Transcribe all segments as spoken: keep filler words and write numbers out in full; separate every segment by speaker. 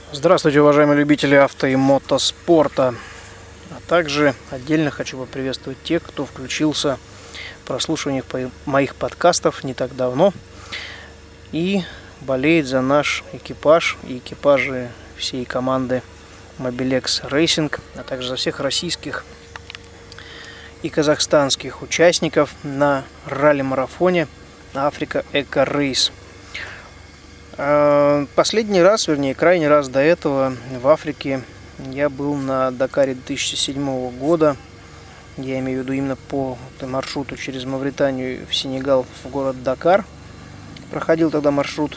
Speaker 1: Здравствуйте, уважаемые любители авто и мотоспорта. А также отдельно хочу поприветствовать тех, кто включился в прослушивание моих подкастов не так давно и болеет за наш экипаж и экипажи всей команды Mobilex Racing, а также за всех российских и казахстанских участников на ралли-марафоне Africa Eco Race. Последний раз, вернее, крайний раз до этого в Африке я был на Дакаре две тысячи седьмого года. Я имею в виду именно по маршруту через Мавританию в Сенегал, в город Дакар. Проходил тогда маршрут.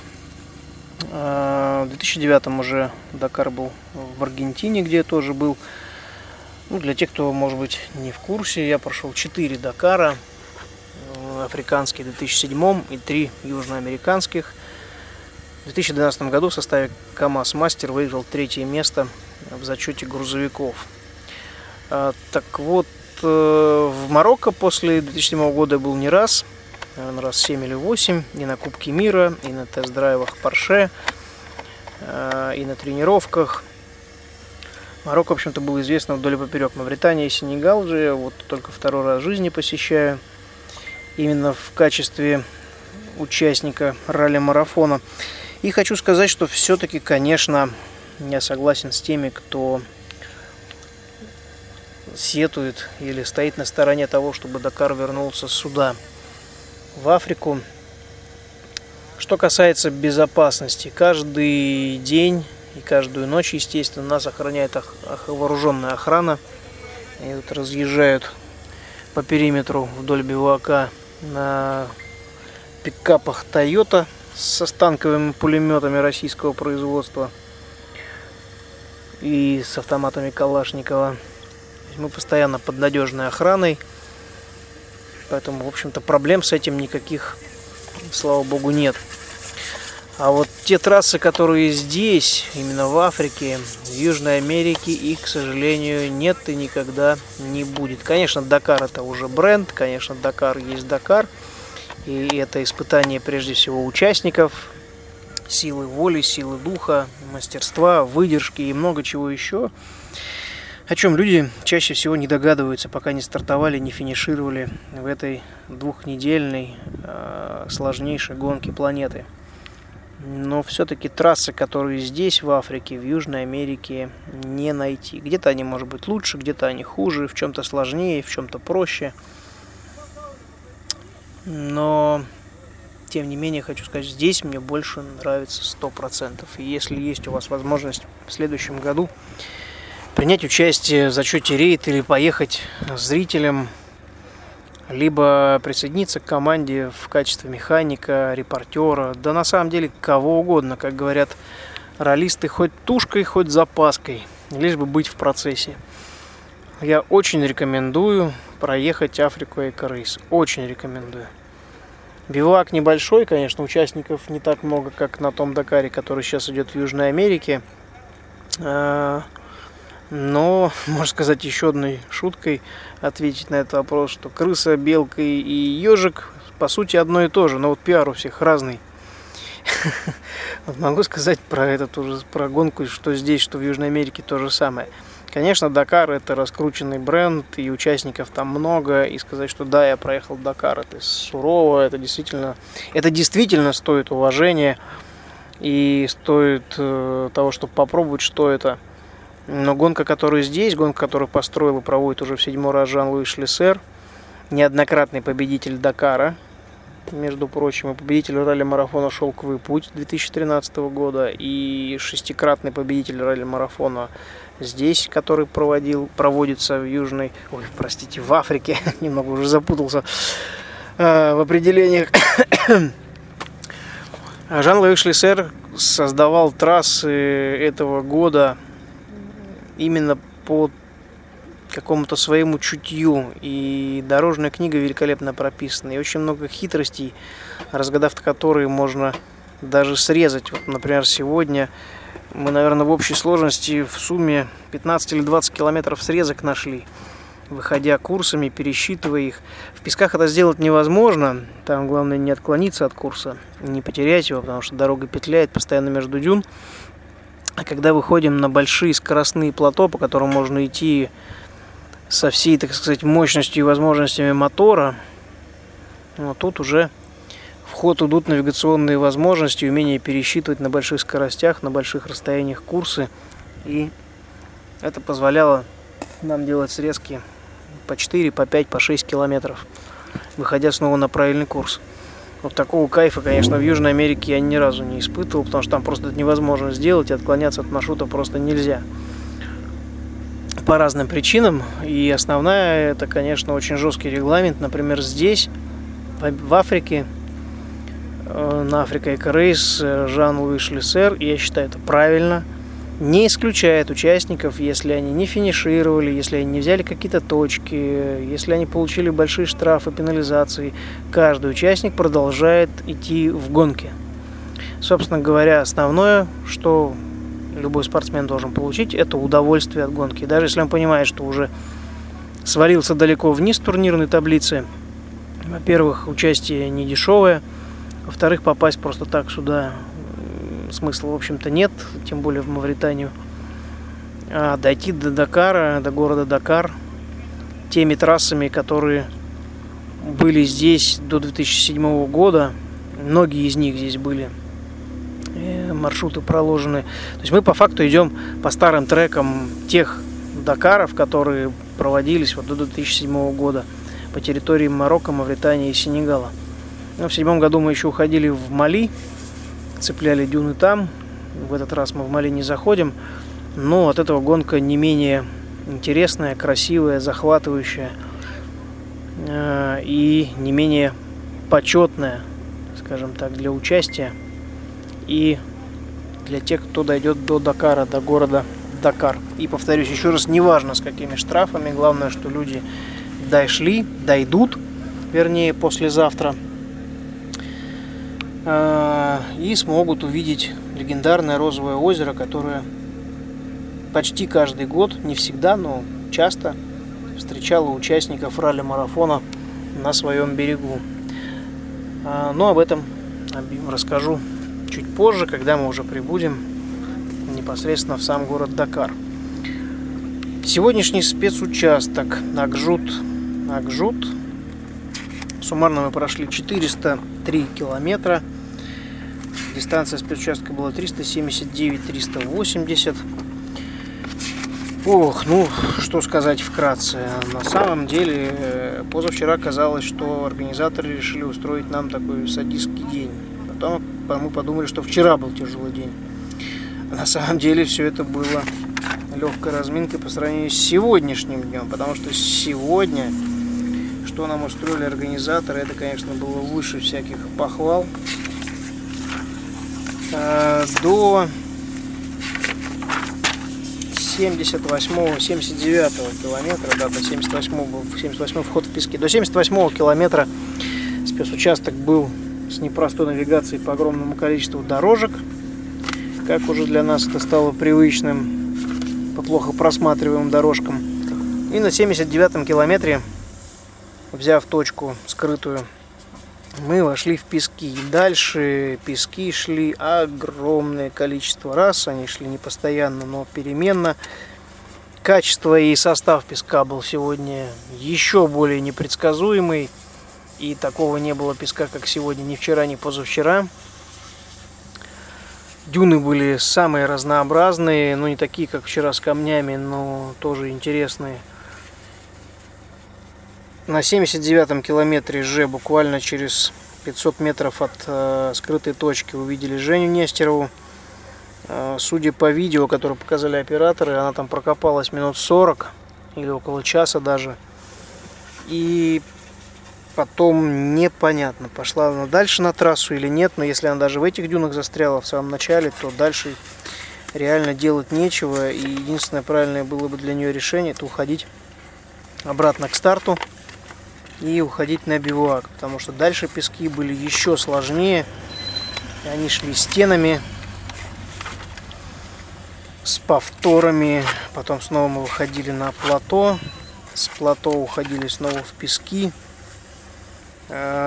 Speaker 1: В две тысячи девятом уже Дакар был в Аргентине, где я тоже был. Ну, для тех, кто, может быть, не в курсе, я прошел четыре Дакара. Африканские в две тысячи седьмом и три южноамериканских. В две тысячи двенадцатом году в составе КамАЗ Мастер выиграл третье место в зачете грузовиков. А, так вот, э, в Марокко после две тысячи седьмого года я был не раз, наверное, раз семь или восемь, и на Кубке мира, и на тест-драйвах Порше, э, и на тренировках. Марокко, в общем-то, было известно вдоль и поперек. Мавритания и Сенегал же я вот только второй раз в жизни посещаю, именно в качестве участника ралли-марафона. И хочу сказать, что все-таки, конечно, я согласен с теми, кто сетует или стоит на стороне того, чтобы Дакар вернулся сюда, в Африку. Что касается безопасности, каждый день и каждую ночь, естественно, нас охраняет вооруженная охрана. Они вот разъезжают по периметру вдоль бивака на пикапах Toyota со станковыми пулеметами российского производства и с автоматами Калашникова. Мы постоянно под надежной охраной, поэтому, в общем-то, проблем с этим никаких, слава богу, нет. А вот те трассы, которые здесь, именно в Африке, в Южной Америке, их, к сожалению, нет и никогда не будет. Конечно, Дакар — это уже бренд, конечно, Дакар есть Дакар. И это испытание прежде всего участников, силы воли, силы духа, мастерства, выдержки и много чего еще, о чем люди чаще всего не догадываются, пока не стартовали, не финишировали в этой двухнедельной э, сложнейшей гонке планеты. Но все-таки трассы, которые здесь, в Африке, в Южной Америке, не найти. Где-то они, может быть, лучше, где-то они хуже, в чем-то сложнее, в чем-то проще. Но, тем не менее, хочу сказать, здесь мне больше нравится сто процентов. И если есть у вас возможность в следующем году принять участие в зачете рейд или поехать зрителем, либо присоединиться к команде в качестве механика, репортера, да на самом деле кого угодно, как говорят раллисты, хоть тушкой, хоть запаской, лишь бы быть в процессе. Я очень рекомендую проехать Africa Eco Race. Очень рекомендую. Бивак небольшой, конечно, участников не так много, как на том Дакаре, который сейчас идет в Южной Америке. Но, можно сказать, еще одной шуткой ответить на этот вопрос, что крыса, белка и ежик, по сути, одно и то же, но вот пиар у всех разный. Вот могу сказать про это тоже, про гонку, что здесь, что в Южной Америке то же самое. Конечно, Дакар — это раскрученный бренд, и участников там много, и сказать, что да, я проехал Дакар, это сурово, это действительно, это действительно стоит уважения, и стоит э, того, чтобы попробовать, что это. Но гонка, которая здесь, гонка, которую построил и проводит уже в седьмой раз Жан-Луи Шлиссер, неоднократный победитель Дакара, между прочим, и победитель ралли-марафона «Шелковый путь» две тысячи тринадцатого года, и шестикратный победитель ралли-марафона здесь, который проводил, проводится в Южной, ой, простите, в Африке, немного уже запутался э, в определениях. Жан-Луи Шлиссер создавал трассы этого года именно по какому-то своему чутью, и дорожная книга великолепно прописана, и очень много хитростей, разгадав которые можно даже срезать. Вот, например, сегодня мы, наверное, в общей сложности в сумме пятнадцать или двадцать километров срезок нашли, выходя курсами, пересчитывая их. В песках это сделать невозможно, там главное не отклониться от курса, не потерять его, потому что дорога петляет постоянно между дюн. А когда выходим на большие скоростные плато, по которым можно идти со всей, так сказать, мощностью и возможностями мотора, вот тут уже в ход идут навигационные возможности, умение пересчитывать на больших скоростях, на больших расстояниях курсы. И это позволяло нам делать срезки по четыре, по пять, по шесть километров, выходя снова на правильный курс. Вот такого кайфа, конечно, в Южной Америке я ни разу не испытывал, потому что там просто это невозможно сделать, и отклоняться от маршрута просто нельзя. По разным причинам. И основная, это, конечно, очень жесткий регламент. Например, здесь, в Африке, на Africa Eco Race, Жан-Луи Шлиссер, я считаю, это правильно, не исключает участников, если они не финишировали, если они не взяли какие-то точки, если они получили большие штрафы, пенализации. Каждый участник продолжает идти в гонке. Собственно говоря, основное, что любой спортсмен должен получить, это удовольствие от гонки. Даже если он понимает, что уже свалился далеко вниз турнирной таблицы, во-первых, участие не дешевое, во-вторых, попасть просто так сюда смысла, в общем-то, нет, тем более в Мавританию. А дойти до Дакара, до города Дакар, теми трассами, которые были здесь до две тысячи седьмого года, многие из них здесь были, маршруты проложены. То есть мы по факту идем по старым трекам тех Дакаров, которые проводились вот до две тысячи седьмого года по территории Марокко, Мавритании и Сенегала. Но в седьмом году мы еще уходили в Мали, цепляли дюны там. В этот раз мы в Мали не заходим, но от этого гонка не менее интересная, красивая, захватывающая э, и не менее почетная, скажем так, для участия и для тех, кто дойдет до Дакара, до города Дакар. И повторюсь еще раз, неважно с какими штрафами, главное, что люди дошли, дойдут, вернее, послезавтра, и смогут увидеть легендарное Розовое озеро, которое почти каждый год, не всегда, но часто встречало участников ралли-марафона на своем берегу. Но об этом расскажу чуть позже, когда мы уже прибудем непосредственно в сам город Дакар. Сегодняшний спецучасток Акжут. Акжут. Суммарно мы прошли четыреста три километра. Дистанция спецучастка была триста семьдесят девять — триста восемьдесят. Ох, ну, что сказать вкратце. На самом деле, позавчера казалось, что организаторы решили устроить нам такой садистский день. Потом мы подумали, что вчера был тяжелый день. А на самом деле, все это было легкой разминкой по сравнению с сегодняшним днем. Потому что сегодня, что нам устроили организаторы, это, конечно, было выше всяких похвал. До семьдесят восьмого — семьдесят девятого километра, да, до семьдесят восьмого, семьдесят восьмой вход в пески. До семьдесят восьмого километра спецучасток был с непростой навигацией по огромному количеству дорожек, как уже для нас это стало привычным, по плохо просматриваемым дорожкам. И на семьдесят девятом километре, взяв точку скрытую, мы вошли в пески. И дальше пески шли огромное количество раз. Они шли не постоянно, но переменно. Качество и состав песка был сегодня еще более непредсказуемый. И такого не было песка, как сегодня, ни вчера, ни позавчера. Дюны были самые разнообразные. Ну, не такие, как вчера, с камнями, но тоже интересные. На семьдесят девятом километре же буквально через пятьсот метров от э, скрытой точки увидели Женю Нестерову. Э, судя по видео, которое показали операторы, она там прокопалась минут сорок или около часа даже. И потом непонятно, пошла она дальше на трассу или нет. Но если она даже в этих дюнах застряла в самом начале, то дальше реально делать нечего. И единственное правильное было бы для нее решение — это уходить обратно к старту и уходить на бивуак, потому что дальше пески были еще сложнее. Они шли стенами, с повторами. Потом снова мы выходили на плато, с плато уходили снова в пески.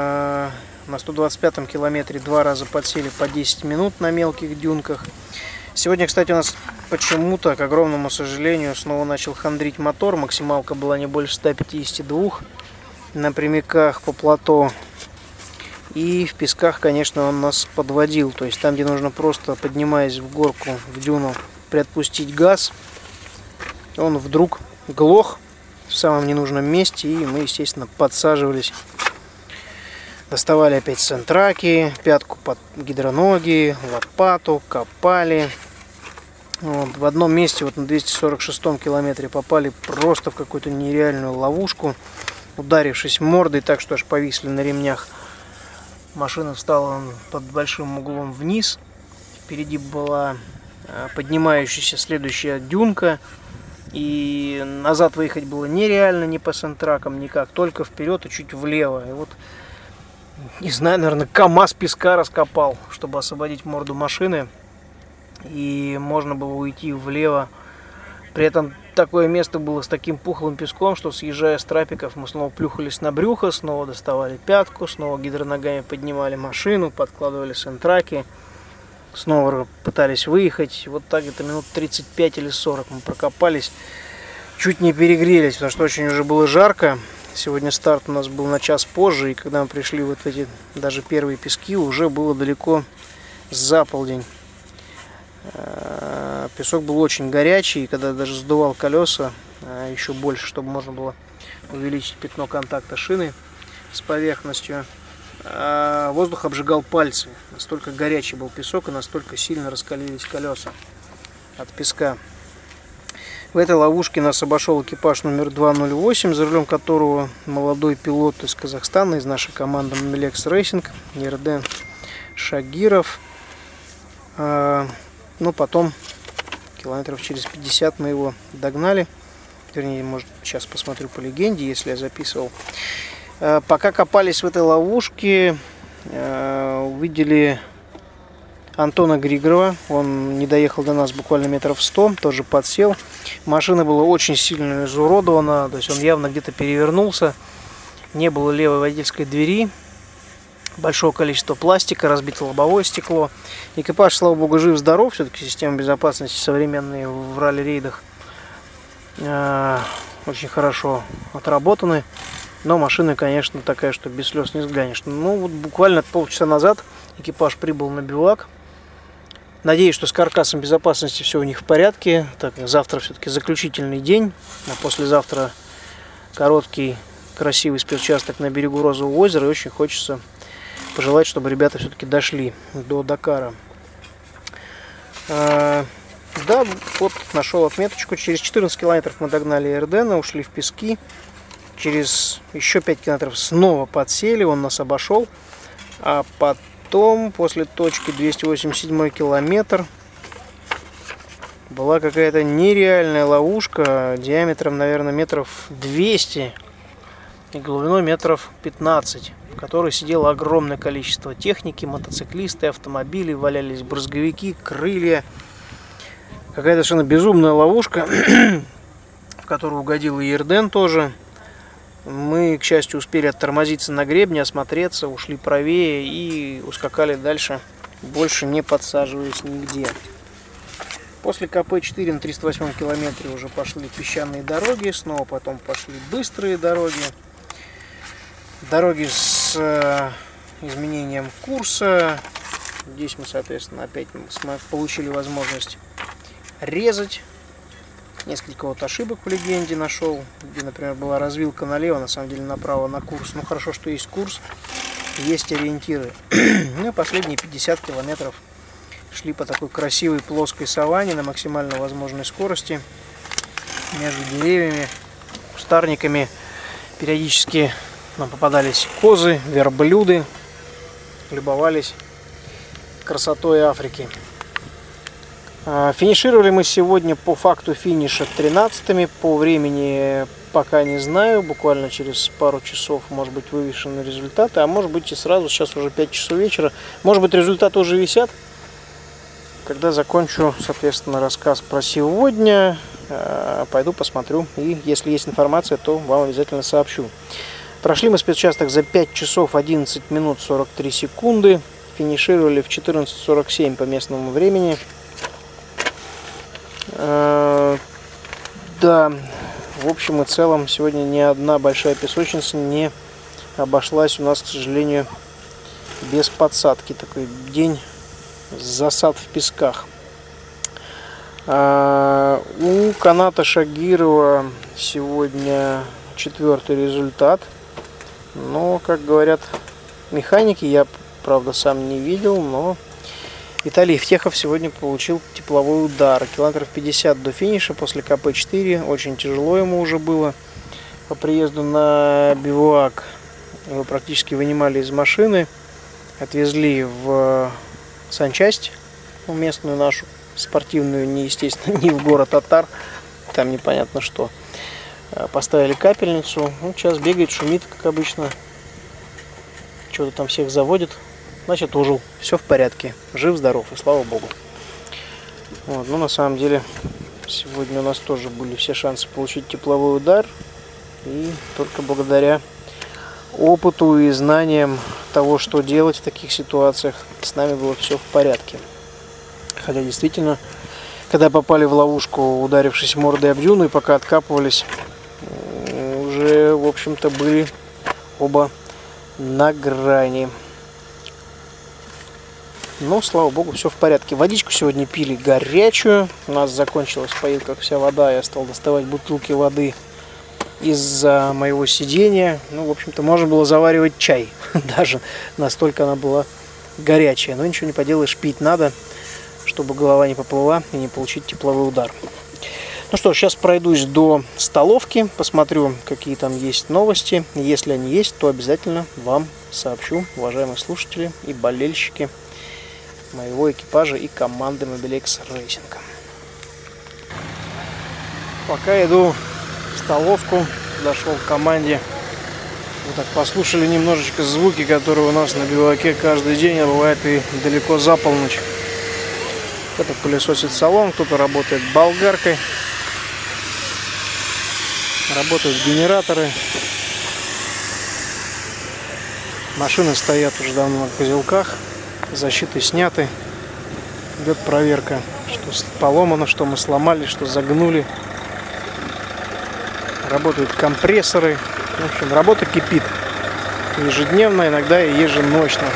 Speaker 1: На сто двадцать пятом километре два раза подсели по десять минут на мелких дюнках. Сегодня, кстати, у нас почему-то, к огромному сожалению, снова начал хандрить мотор. Максималка была не больше ста пятидесяти двух на прямиках по плато. И в песках, конечно, он нас подводил. То есть там, где нужно просто, поднимаясь в горку, в дюну, приотпустить газ, он вдруг глох в самом ненужном месте. И мы, естественно, подсаживались. Доставали опять сентраки, пятку под гидроноги, лопату, копали. Вот. В одном месте, вот на двести сорок шестом километре, попали просто в какую-то нереальную ловушку, ударившись мордой так, что аж повисли на ремнях. Машина встала под большим углом вниз. Впереди была поднимающаяся следующая дюнка. И назад выехать было нереально, ни по сентракам, никак. Только вперед и чуть влево. И вот, не знаю, наверное, КамАЗ песка раскопал, чтобы освободить морду машины. И можно было уйти влево. При этом такое место было с таким пухлым песком, что, съезжая с трапиков, мы снова плюхались на брюхо, снова доставали пятку, снова гидроногами поднимали машину, подкладывали сентраки, снова пытались выехать. Вот так где-то минут тридцать пять или сорок мы прокопались. Чуть не перегрелись, потому что очень уже было жарко. Сегодня старт у нас был на час позже, и когда мы пришли вот в эти даже первые пески, уже было далеко за полдень. Песок был очень горячий, и когда даже сдувал колеса еще больше, чтобы можно было увеличить пятно контакта шины с поверхностью, воздух обжигал пальцы. Настолько горячий был песок и настолько сильно раскалились колеса от песка. В этой ловушке нас обошел экипаж номер два ноль восемь, за рулем которого молодой пилот из Казахстана, из нашей команды Мамелекс Racing, Ерден Шагиров. Но потом, километров через пятьдесят, мы его догнали. Вернее, может, сейчас посмотрю по легенде, если я записывал. Пока копались в этой ловушке, увидели Антона Григорова. Он не доехал до нас буквально метров сто, тоже подсел. Машина была очень сильно изуродована, то есть он явно где-то перевернулся. Не было левой водительской двери. Большого количества пластика, разбито лобовое стекло. Экипаж, слава богу, жив-здоров. Все-таки системы безопасности современные в ралли-рейдах э, очень хорошо отработаны. Но машина, конечно, такая, что без слез не взглянешь. Ну, вот буквально полчаса назад экипаж прибыл на бивак. Надеюсь, что с каркасом безопасности все у них в порядке. Так, завтра все-таки заключительный день. А послезавтра короткий, красивый спецучасток на берегу Розового озера. И очень хочется пожелать, чтобы ребята все-таки дошли до Дакара. А, да, вот нашел отметочку. Через четырнадцать километров мы догнали Ердена, ушли в пески. Через еще пять километров снова подсели, он нас обошел. А потом, после точки двести восемьдесят седьмой километр, была какая-то нереальная ловушка диаметром, наверное, метров двести и глубиной метров пятнадцать. В которой сидело огромное количество техники, мотоциклисты, автомобили, валялись брызговики, крылья. Какая-то совершенно безумная ловушка, в которую угодил и Ерден тоже. Мы, к счастью, успели оттормозиться на гребне, осмотреться, ушли правее и ускакали дальше, больше не подсаживаясь нигде. После КП четыре на триста восьмом километре уже пошли песчаные дороги, снова потом пошли быстрые дороги. Дороги с э, изменением курса. Здесь мы, соответственно, опять мы получили возможность резать. Несколько вот ошибок в легенде нашел, где, например, была развилка налево, на самом деле направо на курс. Ну, хорошо, что есть курс, есть ориентиры. Ну и последние пятьдесят километров шли по такой красивой плоской саванне на максимально возможной скорости. Между деревьями, кустарниками периодически нам попадались козы, верблюды, любовались красотой Африки. Финишировали мы сегодня по факту финиша тринадцатыми, по времени пока не знаю, буквально через пару часов может быть вывешены результаты, а может быть и сразу, сейчас уже пять часов вечера, может быть результаты уже висят. Когда закончу, соответственно, рассказ про сегодня, пойду посмотрю, и если есть информация, то вам обязательно сообщу. Прошли мы спецучасток за пять часов одиннадцать минут сорок три секунды. Финишировали в четырнадцать сорок семь по местному времени. Да, в общем и целом, сегодня ни одна большая песочница не обошлась у нас, к сожалению, без подсадки. Такой день засад в песках. У каната Шагирова сегодня четвертый результат. Но, как говорят механики, я, правда, сам не видел, но Виталий Евтехов сегодня получил тепловой удар. Километров пятьдесят до финиша после ка пэ четыре. Очень тяжело ему уже было по приезду на бивуак. Его практически вынимали из машины, отвезли в санчасть, ну, местную нашу, спортивную, не, естественно, не в город Татар, там непонятно что. Поставили капельницу, ну, сейчас бегает, шумит, как обычно, что-то там всех заводит. Значит, ужил, все в порядке, жив-здоров, и слава богу. Вот, ну, на самом деле, сегодня у нас тоже были все шансы получить тепловой удар, и только благодаря опыту и знаниям того, что делать в таких ситуациях, с нами было все в порядке. Хотя действительно, когда попали в ловушку, ударившись мордой об дюну, и пока откапывались, уже, в общем-то, были оба на грани. Но, слава богу, все в порядке. Водичку сегодня пили горячую. У нас закончилась в поилках вся вода. Я стал доставать бутылки воды из-за моего сидения. Ну, в общем-то, можно было заваривать чай. Даже настолько она была горячая. Но ничего не поделаешь, пить надо, чтобы голова не поплыла и не получить тепловой удар. Ну что, сейчас пройдусь до столовки, посмотрю, какие там есть новости. Если они есть, то обязательно вам сообщу, уважаемые слушатели и болельщики моего экипажа и команды Mobilex Racing. Пока иду в столовку, дошел к команде. Вот так послушали немножечко звуки, которые у нас на биваке каждый день, а бывает и далеко за полночь. Кто-то пылесосит салон, кто-то работает болгаркой, работают генераторы. Машины стоят уже давно на козелках, защиты сняты. Идет проверка, что поломано, что мы сломали, что загнули. Работают компрессоры. В общем, работа кипит ежедневно, иногда и еженочно.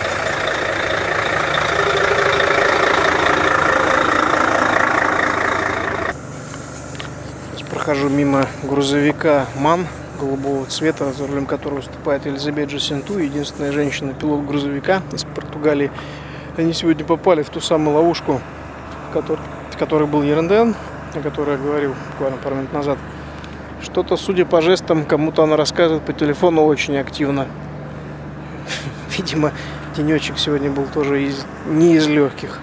Speaker 1: Прохожу мимо грузовика МАН голубого цвета, за рулем которого выступает Элизабет Джасинту, единственная женщина-пилот грузовика из Португалии. Они сегодня попали в ту самую ловушку, в которой, в которой был Еренден, о которой я говорил буквально пару минут назад. Что-то, судя по жестам, кому-то она рассказывает по телефону очень активно. Видимо, денечек сегодня был тоже из, не из легких.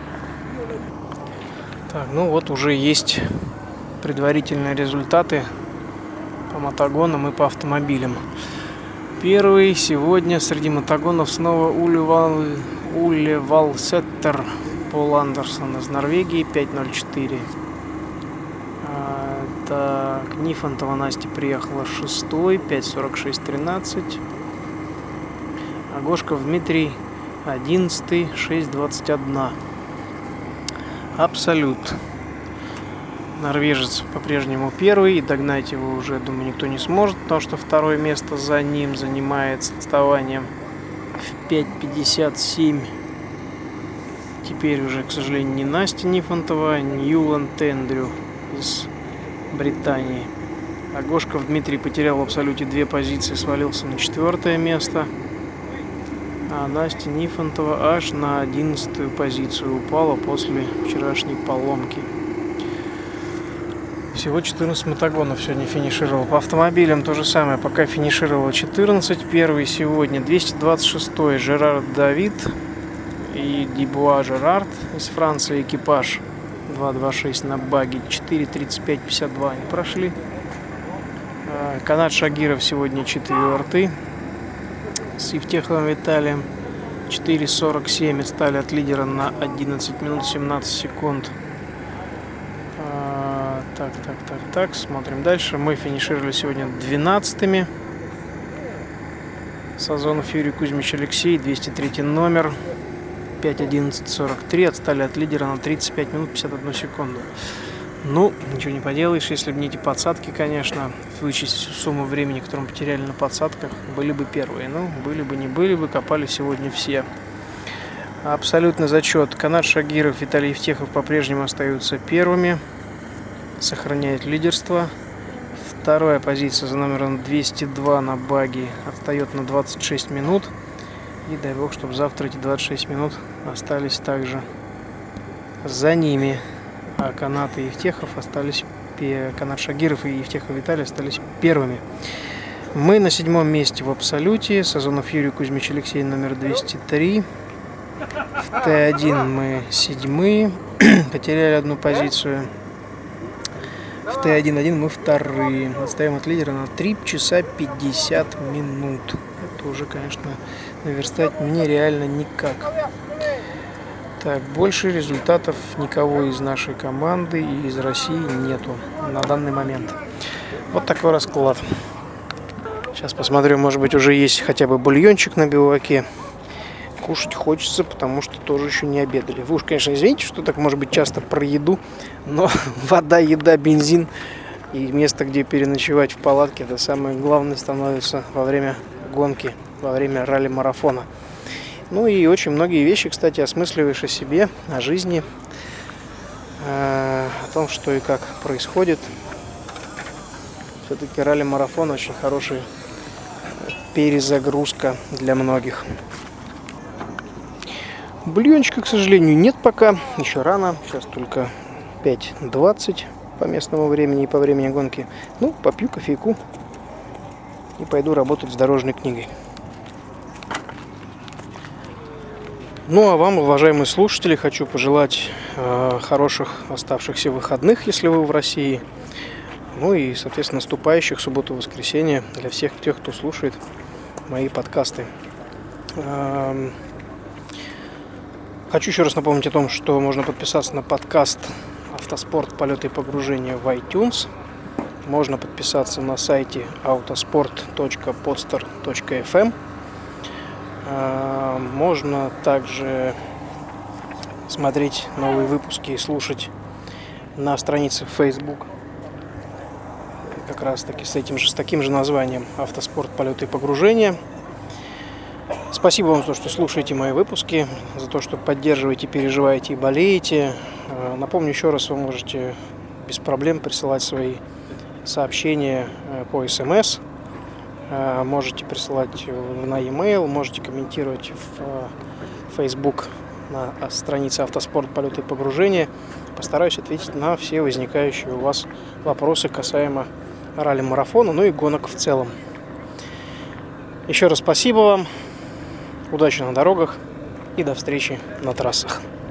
Speaker 1: Так, ну вот уже есть предварительные результаты по мотогонам и по автомобилям. Первый сегодня среди мотогонов снова Уле, Уле Валсеттер Пол Андерсон из Норвегии, пять ноль четыре. Так, Нифонтова Настя приехала шестой, пять сорок шесть тринадцать. Агошков Дмитрий одиннадцатый, шесть двадцать один. Абсолют. Норвежец по-прежнему первый, и догнать его уже, думаю, никто не сможет, потому что второе место за ним занимает с отставанием в пять пятьдесят семь. Теперь уже, к сожалению, не Настя Нифонтова, а Ньюланд Эндрю из Британии. Агошков Дмитрий потерял в абсолюте две позиции, свалился на четвертое место. А Настя Нифонтова аж на одиннадцатую позицию упала после вчерашней поломки. Всего четырнадцать мотогонов сегодня финишировал. По автомобилям то же самое. Пока финишировало четырнадцать. Первый сегодня двести двадцать шестой Жерар Давид и Дибуа Жерард из Франции. Экипаж два двадцать шесть на баги. четыре тридцать пять пятьдесят два они прошли. Канат Шагиров сегодня четвертый. С Евтеховым Виталием. четыре сорок семь отстали от лидера на одиннадцать минут семнадцать секунд. Так, так, так, так, смотрим дальше. Мы финишировали сегодня двенадцатыми. Сазонов Юрий Кузьмич Алексей, двести третий номер, пять одиннадцать сорок три. Отстали от лидера на тридцать пять минут пятьдесят одну секунду. Ну, ничего не поделаешь, если бы не эти подсадки, конечно, вычесть всю сумму времени, которую мы потеряли на подсадках, были бы первые. Ну, были бы, не были бы, копали сегодня все. Абсолютный зачет. Канат Шагиров, Виталий Евтехов по-прежнему остаются первыми. Сохраняет лидерство. Вторая позиция за номером двести два на баги отстает на двадцать шесть минут. И дай бог, чтобы завтра эти двадцать шесть минут остались также за ними. А Канат и Евтехов остались, Канат Шагиров и Евтехов Виталий остались первыми. Мы на седьмом месте в абсолюте. Сазонов Юрий, Кузьмич Алексей номер двести три. В Т один мы седьмые, потеряли одну позицию. В Т один один мы вторые. Отстаем от лидера на три часа пятьдесят минут. Это уже, конечно, наверстать нереально никак. Так, больше результатов никого из нашей команды и из России нету на данный момент. Вот такой расклад. Сейчас посмотрю, может быть, уже есть хотя бы бульончик на биваке. Кушать хочется, потому что тоже еще не обедали. Вы уж, конечно, извините, что так, может быть, часто про еду, но вода, еда, бензин и место, где переночевать в палатке, это самое главное становится во время гонки, во время ралли-марафона. Ну и очень многие вещи, кстати, осмысливаешь о себе, о жизни, э, о том, что и как происходит. Все-таки ралли-марафон очень хорошая перезагрузка для многих. Бульончика, к сожалению, нет пока, еще рано, сейчас только пять двадцать по местному времени и по времени гонки. Ну, попью кофейку и пойду работать с дорожной книгой. Ну, а вам, уважаемые слушатели, хочу пожелать э, хороших оставшихся выходных, если вы в России. Ну и, соответственно, наступающих субботу-воскресенье для всех тех, кто слушает мои подкасты. Э, хочу еще раз напомнить о том, что можно подписаться на подкаст «Автоспорт. Полеты и погружения» в iTunes. Можно подписаться на сайте autosport точка podster точка эф эм. Можно также смотреть новые выпуски и слушать на странице Facebook, как раз таки с этим же, с таким же названием «Автоспорт. Полеты и погружения». Спасибо вам за то, что слушаете мои выпуски, за то, что поддерживаете, переживаете и болеете. Напомню еще раз, вы можете без проблем присылать свои сообщения по СМС. Можете присылать на e-mail, можете комментировать в Facebook на странице «Автоспорт. Полеты и погружения». Постараюсь ответить на все возникающие у вас вопросы касаемо ралли-марафона, ну и гонок в целом. Еще раз спасибо вам, удачи на дорогах и до встречи на трассах.